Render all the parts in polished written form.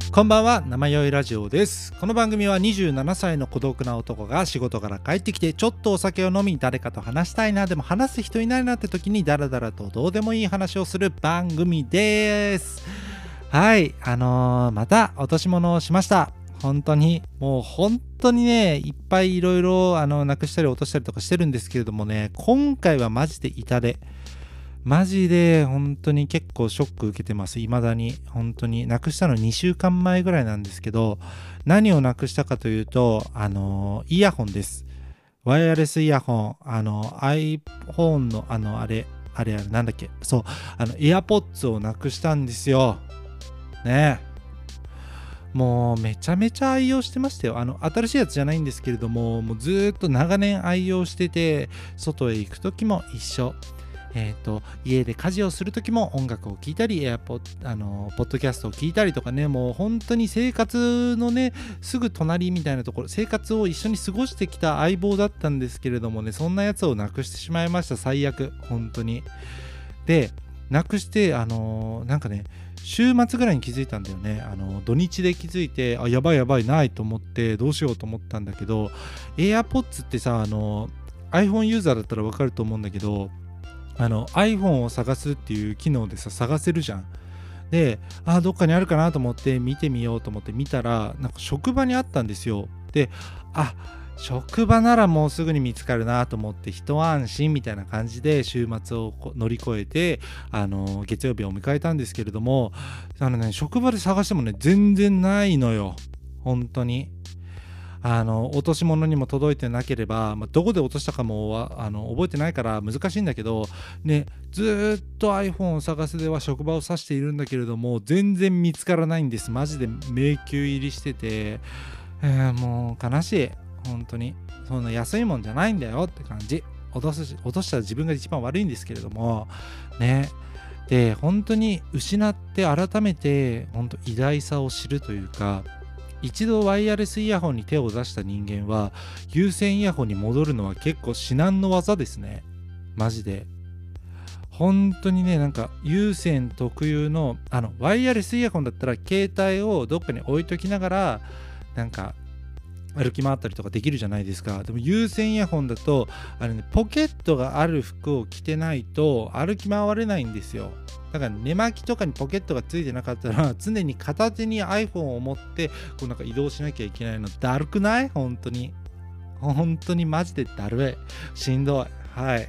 こんばんは、生酔いラジオです。この番組は27歳の孤独な男が仕事から帰ってきてちょっとお酒を飲み誰かと話したいな、でも話す人いないなって時にダラダラとどうでもいい話をする番組です。はい、また落とし物をしました。本当にね、いっぱいいろいろなくしたり落としたりとかしてるんですけれどもね、今回はマジで痛手。マジで本当に結構ショック受けてます。未だに本当になくしたの2週間前ぐらいなんですけど、何をなくしたかというとイヤホンです。ワイヤレスイヤホン、iPhone のあれなんだっけ、そう、AirPods をなくしたんですよね。もうめちゃめちゃ愛用してましたよ。新しいやつじゃないんですけれども、もうずーっと長年愛用してて、外へ行く時も一緒。家で家事をするときも音楽を聴いたり、ポッドキャストを聞いたりとかね、もう本当に生活のね、すぐ隣みたいなところ、生活を一緒に過ごしてきた相棒だったんですけれどもね、そんなやつをなくしてしまいました。最悪、本当に。で、なくして、なんかね、週末ぐらいに気づいたんだよね。土日で気づいて、やばいやばいないと思って、どうしようと思ったんだけど、AirPods ってさ、iPhone ユーザーだったらわかると思うんだけど、iPhone を探すっていう機能でさ、探せるじゃん。で、どっかにあるかなと思って見てみようと思って見たら、なんか職場にあったんですよ。で、職場ならもうすぐに見つかるなと思って一安心みたいな感じで週末を乗り越えて、月曜日を迎えたんですけれども、職場で探してもね、全然ないのよ。本当に。落とし物にも届いてなければ、どこで落としたかも覚えてないから難しいんだけど、ね、ずーっと iPhone を探すでは職場を指しているんだけれども、全然見つからないんです。マジで迷宮入りしてて、もう悲しい。本当に。そんな安いもんじゃないんだよって感じ。落とした自分が一番悪いんですけれども、ね。で、本当に失って改めて、本当偉大さを知るというか、一度ワイヤレスイヤホンに手を出した人間は有線イヤホンに戻るのは結構至難の技ですね。マジで本当にね、なんか有線特有のワイヤレスイヤホンだったら携帯をどっかに置いときながらなんか歩き回ったりとかできるじゃないですか。でも有線イヤホンだとポケットがある服を着てないと歩き回れないんですよ。だから寝巻きとかにポケットがついてなかったら常に片手に iPhone を持ってこうなんか移動しなきゃいけないのだるくない？本当にマジでだるい、しんどい。はい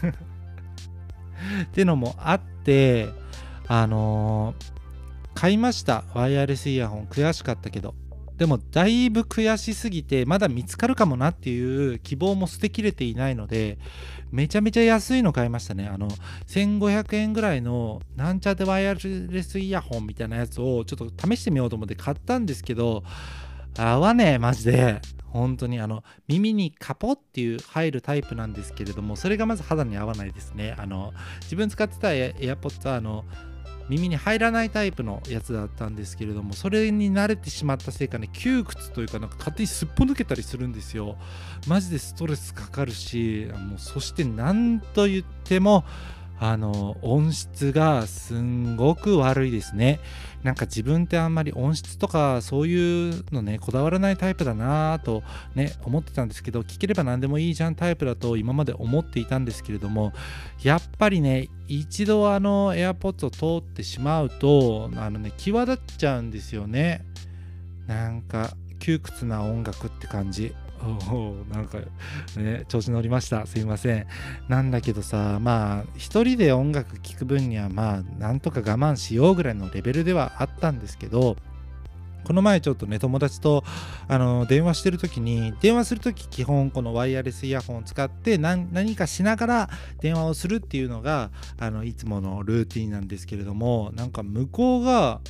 ってのもあって、買いました。ワイヤレスイヤホン。悔しかったけど、でもだいぶ悔しすぎてまだ見つかるかもなっていう希望も捨てきれていないので、めちゃめちゃ安いの買いましたね。1500円ぐらいのなんちゃってワイヤレスイヤホンみたいなやつをちょっと試してみようと思って買ったんですけど、合わねえマジで。本当に耳にカポっていう入るタイプなんですけれども、それがまず肌に合わないですね。自分使ってたAirPods は耳に入らないタイプのやつだったんですけれども、それに慣れてしまったせいかね、窮屈というか、なんか勝手にすっぽ抜けたりするんですよ。マジでストレスかかるし、そして何と言っても音質がすんごく悪いですね。なんか自分ってあんまり音質とかそういうのね、こだわらないタイプだなぁとね、思ってたんですけど、聞ければ何でもいいじゃんタイプだと今まで思っていたんですけれども、やっぱりね、一度AirPods を通ってしまうと、際立っちゃうんですよね。なんか窮屈な音楽って感じ。なんかね、調子乗りました。すいません。なんだけどさ、一人で音楽聴く分にはなんとか我慢しようぐらいのレベルではあったんですけど、この前ちょっとね、友達と電話してる時に、電話する時基本このワイヤレスイヤホンを使って何かしながら電話をするっていうのがいつものルーティンなんですけれども、なんか向こうが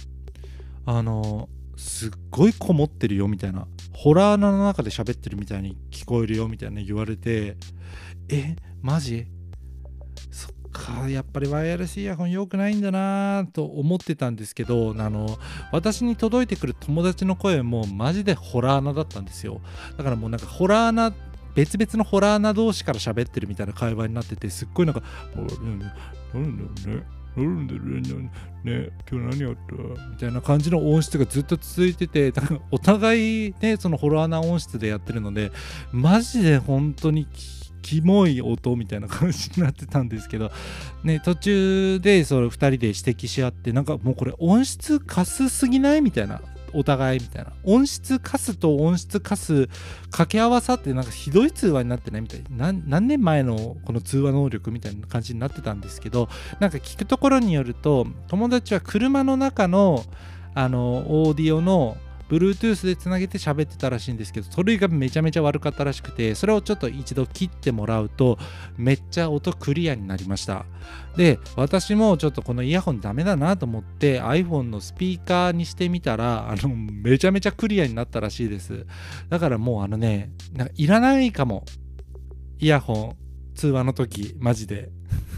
すっごいこもってるよみたいな、ホラー穴の中で喋ってるみたいに聞こえるよみたいな言われて、マジ？そっか、やっぱりワイヤレスイヤホン良くないんだなと思ってたんですけど、私に届いてくる友達の声もマジでホラー穴だったんですよ。だからもうなんかホラー穴、別々のホラー穴同士から喋ってるみたいな会話になってて、すっごいなんかなんでね、今日何やったみたいな感じの音質がずっと続いてて、だからお互いね、そのホロアナ音質でやってるので、マジで本当にキモい音みたいな感じになってたんですけど、ね、途中でその2人で指摘し合って、なんかもうこれ音質かすすぎないみたいな、お互いみたいな、音質カスと音質カス掛け合わさってなんかひどい通話になってないみたいな、何年前のこの通話能力みたいな感じになってたんですけど、なんか聞くところによると、友達は車の中のオーディオのBluetooth でつなげて喋ってたらしいんですけど、それがめちゃめちゃ悪かったらしくて、それをちょっと一度切ってもらうとめっちゃ音クリアになりました。で、私もちょっとこのイヤホンダメだなと思って iPhone のスピーカーにしてみたら、めちゃめちゃクリアになったらしいです。だからもうなんかいらないかも、イヤホン通話の時マジで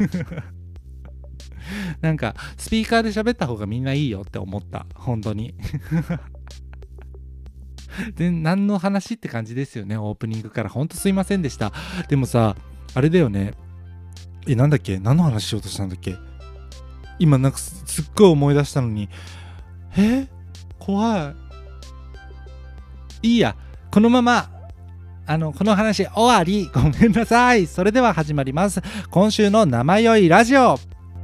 なんかスピーカーで喋った方がみんないいよって思った、本当にで、何の話って感じですよね、オープニングから。ほんとすいませんでした。でもさ、あれだよね。なんだっけ、何の話しようとしたんだっけ。今なんかすっごい思い出したのに。怖い。いいや、このまま、この話終わり。ごめんなさい。それでは始まります。今週の生酔いラジオ。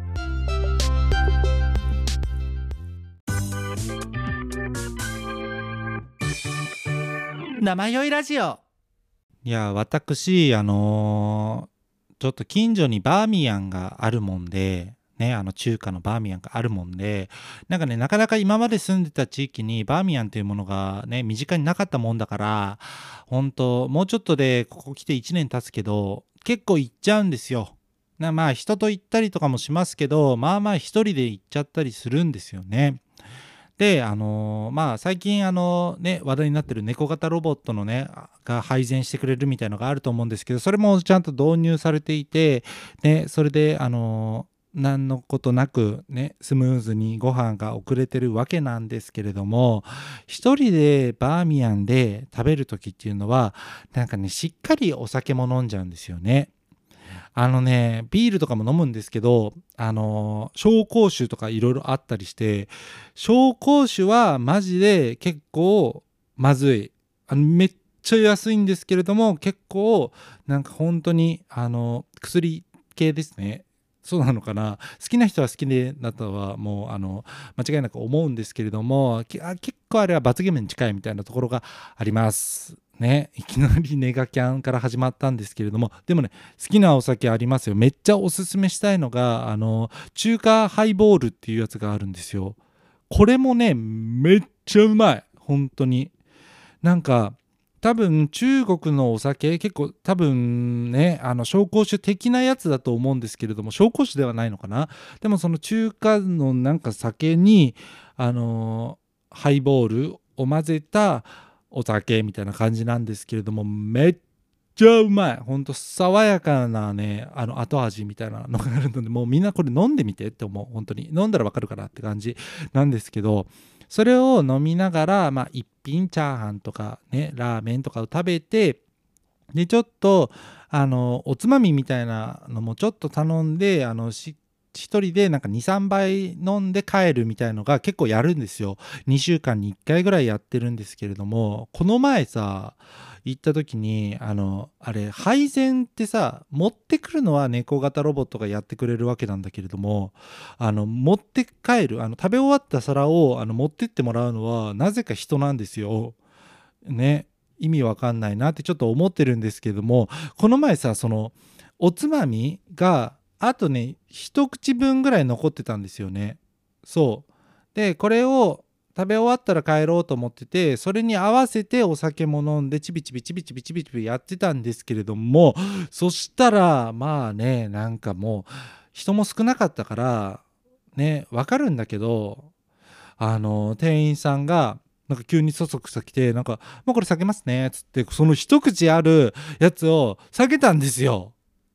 生酔いラジオ。いや、私ちょっと近所にバーミヤンがあるもんでね、中華のバーミヤンがあるもんで、なんかね、なかなか今まで住んでた地域にバーミヤンっていうものがね、身近になかったもんだから、本当もうちょっとでここ来て1年経つけど、結構行っちゃうんですよ。まあ人と行ったりとかもしますけど、まあまあ一人で行っちゃったりするんですよね。で、まあ最近ね、話題になってる猫型ロボットのね、が配膳してくれるみたいのがあると思うんですけど、それもちゃんと導入されていて、ね、それで何のことなくね、スムーズにご飯が遅れてるわけなんですけれども、一人でバーミヤンで食べる時っていうのは、なんかね、しっかりお酒も飲んじゃうんですよね。ビールとかも飲むんですけど、紹興酒とかいろいろあったりして、紹興酒はマジで結構まずい。めっちゃ安いんですけれども、結構なんか本当に薬系ですね。そうなのかな。好きな人は好きでだとはもう間違いなく思うんですけれども、結構あれは罰ゲームに近いみたいなところがありますね。いきなりネガキャンから始まったんですけれども、でもね、好きなお酒ありますよ。めっちゃおすすめしたいのが中華ハイボールっていうやつがあるんですよ。これもね、めっちゃうまい、本当に。なんか多分中国のお酒、結構多分ね、紹興酒的なやつだと思うんですけれども、紹興酒ではないのかな。でもその中華のなんか酒にハイボールを混ぜたお酒みたいな感じなんですけれども、めっちゃうまい。ほんと爽やかなね、後味みたいなのがあるので、もうみんなこれ飲んでみてって思う。本当に飲んだらわかるかなって感じなんですけど、それを飲みながら、まあ、一品チャーハンとかね、ラーメンとかを食べて、でちょっとおつまみみたいなのもちょっと頼んで、一人でなんか23杯飲んで帰るみたいのが結構やるんですよ。2週間に1回ぐらいやってるんですけれども、この前さ行った時にあれ配膳ってさ、持ってくるのは猫型ロボットがやってくれるわけなんだけれども、持って帰る食べ終わった皿を持ってってもらうのはなぜか人なんですよね。意味わかんないなってちょっと思ってるんですけども、この前さ、そのおつまみがあとね一口分ぐらい残ってたんですよね。そうで、これを食べ終わったら帰ろうと思ってて、それに合わせてお酒も飲んでチビチビチビチビチビチビやってたんですけれども、そしたらまあね、なんかもう人も少なかったからね、わかるんだけど、店員さんがなんか急にそそくさ来て、なんか「もうこれ下げますね」っつって、その一口あるやつを下げたんですよ。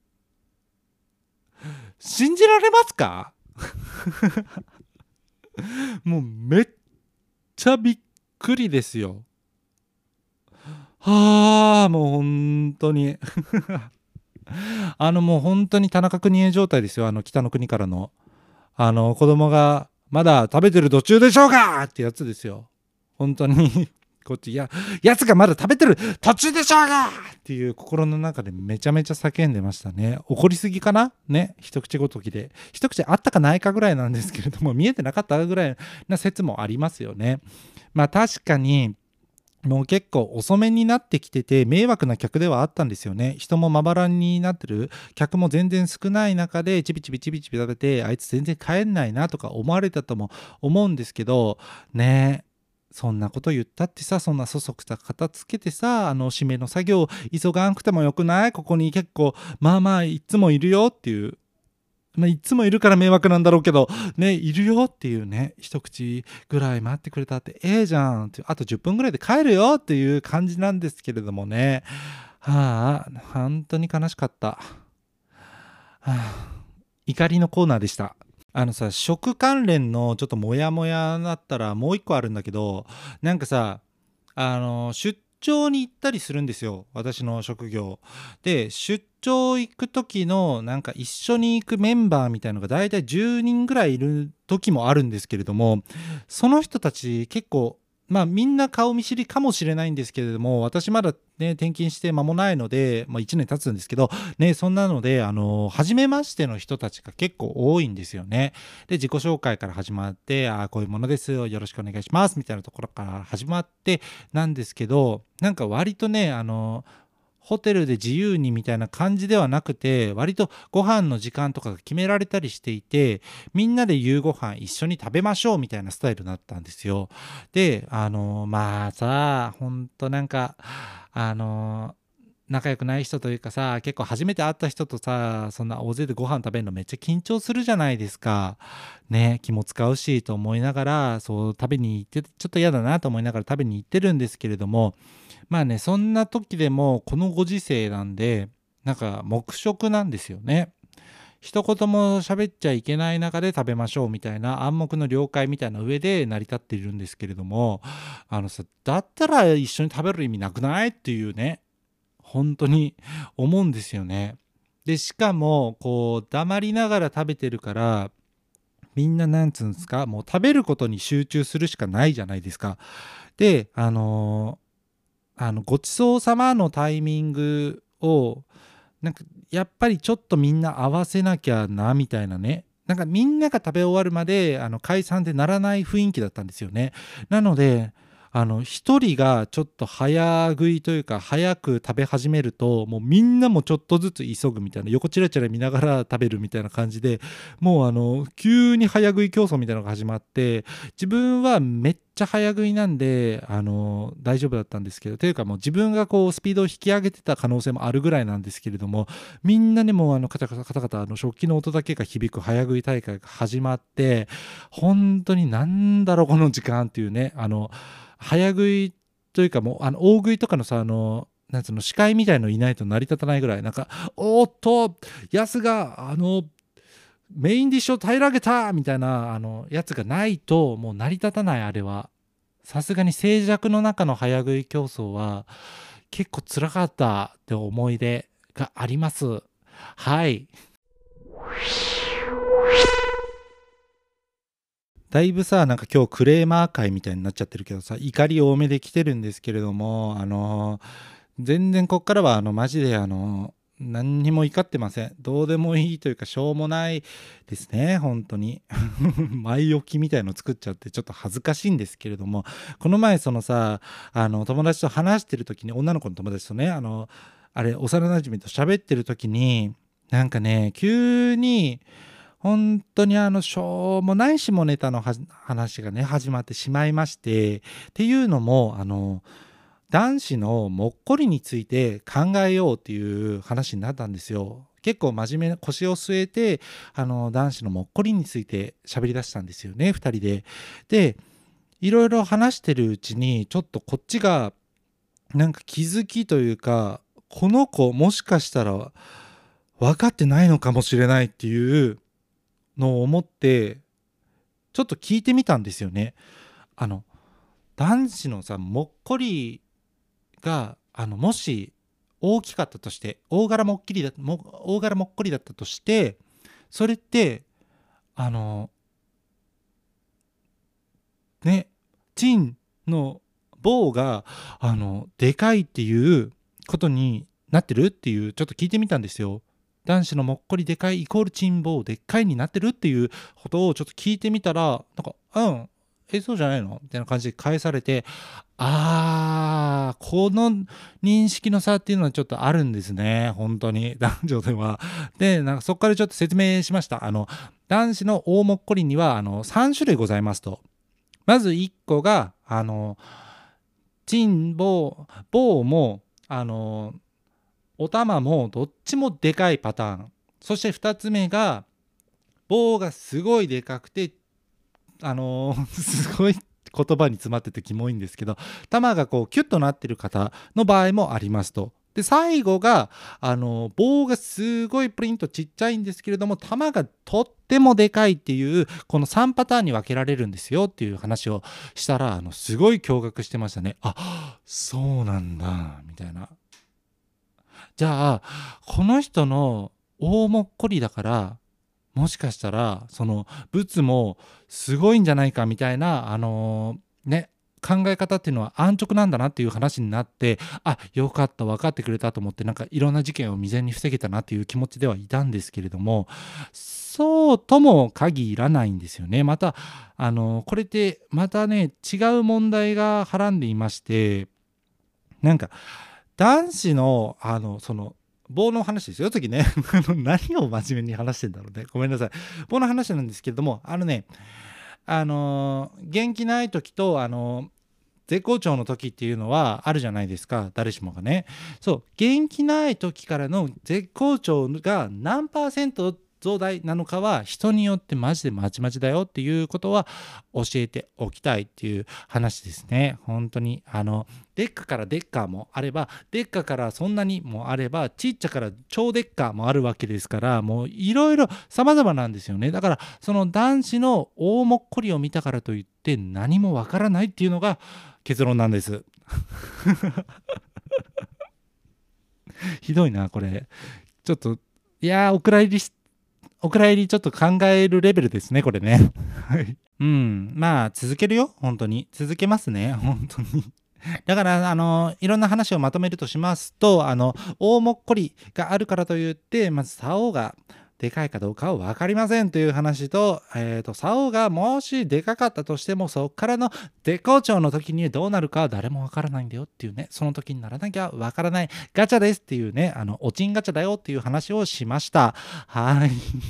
信じられますか？もうめっちゃびっくりですよ。はあ、もう本当にもう本当に田中邦衛状態ですよ、北の国からの。 子供がまだ食べてる途中でしょうかってやつですよ。本当にこっち、やつがまだ食べてる途中でしょうがっていう心の中でめちゃめちゃ叫んでましたね。怒りすぎかなね、一口ごときで。一口あったかないかぐらいなんですけれども、見えてなかったぐらいな説もありますよね。まあ確かに、もう結構遅めになってきてて迷惑な客ではあったんですよね。人もまばらになってる、客も全然少ない中でチビチビチビチビ食べて、あいつ全然帰んないなとか思われたとも思うんですけどね。そんなこと言ったってさ、そんなそそくさ片付けてさ、締めの作業急がんくてもよくない？ここに結構まあまあいつもいるよっていう、いつもいるから迷惑なんだろうけど、ね、いるよっていうね、一口ぐらい待ってくれたってええじゃんって、あと10分ぐらいで帰るよっていう感じなんですけれどもね。はあ、本当に悲しかった。はあ、怒りのコーナーでした。食関連のちょっとモヤモヤだったらもう一個あるんだけど、なんかさ、出張に行ったりするんですよ、私の職業。で、出張行く時のなんか一緒に行くメンバーみたいのがだいたい10人ぐらいいる時もあるんですけれども、その人たち結構、まあみんな顔見知りかもしれないんですけれども、私まだね、転勤して間もないので、1年経つんですけど、ね、そんなので、初めましての人たちが結構多いんですよね。で、自己紹介から始まって、こういうものですよ、よろしくお願いします、みたいなところから始まってなんですけど、なんか割とね、ホテルで自由にみたいな感じではなくて、割とご飯の時間とかが決められたりしていて、みんなで夕ご飯一緒に食べましょうみたいなスタイルだったんですよ。で、まあさ、ほんとなんか、あの仲良くない人というかさ、結構初めて会った人とさ、そんな大勢でご飯食べるのめっちゃ緊張するじゃないですか。ね、気も使うしと思いながら、そう食べに行って、ちょっと嫌だなと思いながら食べに行ってるんですけれども、まあね、そんな時でもこのご時世なんで、なんか黙食なんですよね。一言も喋っちゃいけない中で食べましょうみたいな暗黙の了解みたいな上で成り立っているんですけれども、だったら一緒に食べる意味なくないっていうね、本当に思うんですよね。で、しかも、こう、黙りながら食べてるから、みんななんつうんですか、もう食べることに集中するしかないじゃないですか。で、ごちそうさまのタイミングを、なんか、やっぱりちょっとみんな合わせなきゃな、みたいなね。なんかみんなが食べ終わるまで、解散でならない雰囲気だったんですよね。なので、一人がちょっと早食いというか、早く食べ始めると、もうみんなもちょっとずつ急ぐみたいな、横チラチラ見ながら食べるみたいな感じで、もう急に早食い競争みたいなのが始まって、自分はめっちゃ早食いなんで、大丈夫だったんですけど、というかもう自分がこうスピードを引き上げてた可能性もあるぐらいなんですけれども、みんなにもカタカタカタカタ食器の音だけが響く早食い大会が始まって、本当になんだろうこの時間っていうね、早食いというかもう大食いとかのさ、なんつうの司会みたいのいないと成り立たないぐらい、なんかおーっとやすがメインディッシュを平らげたみたいなやつがないともう成り立たない。あれはさすがに静寂の中の早食い競争は結構辛かったって思い出があります。はい。だいぶさ、なんか今日クレーマー会みたいになっちゃってるけどさ、怒り多めで来てるんですけれども、全然こっからはマジで何にも怒ってません。どうでもいいというかしょうもないですね、本当に。前置きみたいの作っちゃってちょっと恥ずかしいんですけれども、この前そのさ、友達と話してる時に、女の子の友達とね、あれ、幼馴染と喋ってる時に、なんかね、急に、本当にしょうもない下ネタの話がね、始まってしまいまして、っていうのも、男子のもっこりについて考えようっていう話になったんですよ。結構真面目な腰を据えて、男子のもっこりについて喋り出したんですよね、二人で。で、いろいろ話してるうちに、ちょっとこっちが、なんか気づきというか、この子もしかしたら分かってないのかもしれないっていうのを思って、ちょっと聞いてみたんですよね。あの、男子のさ、もっこりが、もし大きかったとして、大柄もっこりだったとして、それって、 あのね、チンの棒がでかいっていうことになってるっていうちょっと聞いてみたんですよ。男子のもっこりでかいイコールチン棒でっかいになってるっていうことをちょっと聞いてみたら、なんかそうじゃないのみたいな感じで返されて、この認識の差っていうのはちょっとあるんですね、本当に男女では。で、なんかそこからちょっと説明しました。男子の大もっこりには3種類ございますと。まず1個がチン棒もお玉もどっちもでかいパターン。そして2つ目が棒がすごいでかくてすごい言葉に詰まっててキモいんですけど、玉がこうキュッとなってる方の場合もありますと。で最後が棒がすごいプリンとちっちゃいんですけれども、玉がとってもでかいっていうこの3パターンに分けられるんですよっていう話をしたら、すごい驚愕してましたね。そうなんだみたいな。じゃあこの人の大もっこりだから、もしかしたらその仏もすごいんじゃないかみたいな考え方っていうのは安直なんだなっていう話になって、よかった分かってくれたと思って、なんかいろんな事件を未然に防げたなっていう気持ちではいたんですけれども、そうとも限らないんですよね。またこれってまたね違う問題がはらんでいまして、なんか男子のその棒の話ですよ、次ね。何を真面目に話してんだろうね。ごめんなさい。棒の話なんですけれども、元気ない時と絶好調の時っていうのはあるじゃないですか、誰しもがね。そう、元気ない時からの絶好調が何パーセント増大なのかは人によってマジでまちまちだよっていうことは教えておきたいっていう話ですね。本当にデッカからデッカーもあれば、デッカからそんなにもあれば、ちっちゃから超デッカーもあるわけですから、もういろいろ様々なんですよね。だからその男子の大もっこりを見たからといって何もわからないっていうのが結論なんです。ひどいなこれ。ちょっとお蔵入りちょっと考えるレベルですねこれね。はい。まあ続けるよ、本当に続けますね、本当に。だからいろんな話をまとめるとしますと、大もっこりがあるからといってまず竿がでかいかどうかは分かりませんという話と、竿がもしでかかったとしてもそこからの絶好調の時にどうなるかは誰も分からないんだよっていうね、その時にならなきゃ分からないガチャですっていうね、おちんガチャだよっていう話をしました。はい。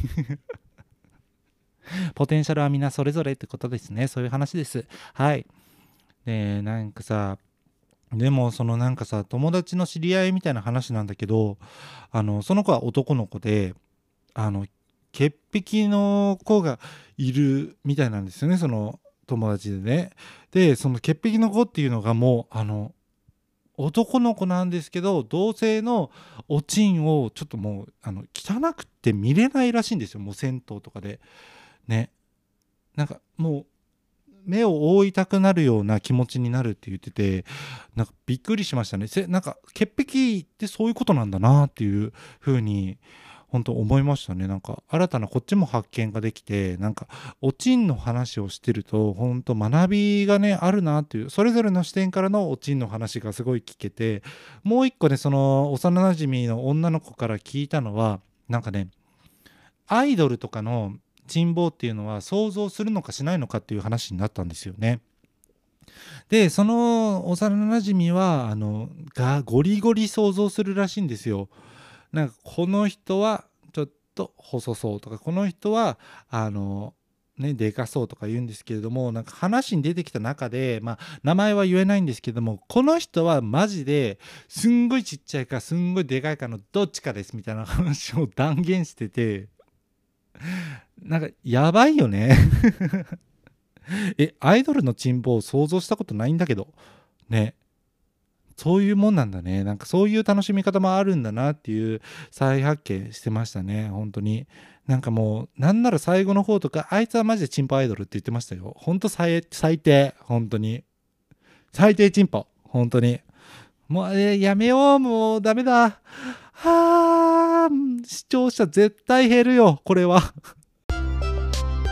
ポテンシャルはみんなそれぞれってことですね。そういう話です。はい。でなんかさ、でもなんかさ、友達の知り合いみたいな話なんだけど、その子は男の子で、潔癖の子がいるみたいなんですよね、その友達でね。でその潔癖の子っていうのがもう男の子なんですけど、同性のおちんをちょっともう汚くて見れないらしいんですよ、もう銭湯とかでね。なんかもう目を覆いたくなるような気持ちになるって言ってて、なんかびっくりしましたね。なんか潔癖ってそういうことなんだなっていう風に本当思いましたね。なんか新たなこっちも発見ができて、なんかおちんの話をしてると本当学びがねあるなっていう、それぞれの視点からのおちんの話がすごい聞けて、もう一個ね、その幼なじみの女の子から聞いたのは、なんかね、アイドルとかの珍望っていうのは想像するのかしないのかっていう話になったんですよね。でその幼なじみはゴリゴリ想像するらしいんですよ。なんかこの人はちょっと細そうとか、この人はでかそうとか言うんですけれども、なんか話に出てきた中で、名前は言えないんですけども、この人はマジですんごいちっちゃいかすんごいでかいかのどっちかですみたいな話を断言してて、なんかやばいよね。アイドルのチンポを想像したことないんだけどね。そういうもんなんだね。なんかそういう楽しみ方もあるんだなっていう再発見してましたね、本当に。なんかもうなんなら最後の方とか、あいつはマジでチンポアイドルって言ってましたよ。本当最低、本当に最低チンポ、本当に。もう、やめよう、もうダメだ。視聴者絶対減るよこれは。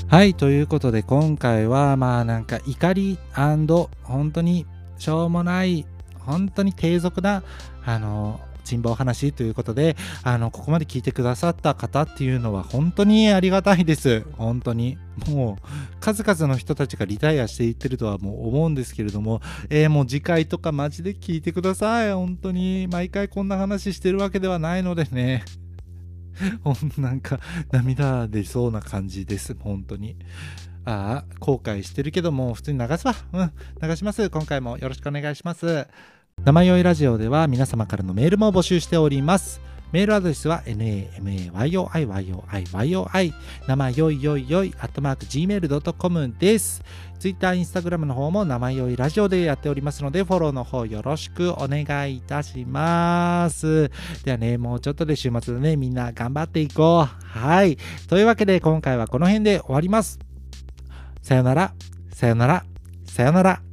はい、ということで今回はなんか怒り本当にしょうもない本当に低俗な珍宝話ということでここまで聞いてくださった方っていうのは本当にありがたいです。本当にもう数々の人たちがリタイアしていってるとはもう思うんですけれども、もう次回とかマジで聞いてください。本当に毎回こんな話してるわけではないのでね。なんか涙出そうな感じです。本当に。後悔してるけども普通に流すわ。流します。今回もよろしくお願いします。生酔いラジオでは皆様からのメールも募集しております。メールアドレスは namayoiyoiyoi 生よいよいよい@gmail.com です。Twitter、Instagram の方も生酔いラジオでやっておりますのでフォローの方よろしくお願いいたします。ではね、もうちょっとで週末だね。みんな頑張っていこう。はい。というわけで今回はこの辺で終わります。さよなら、さよなら、さよなら。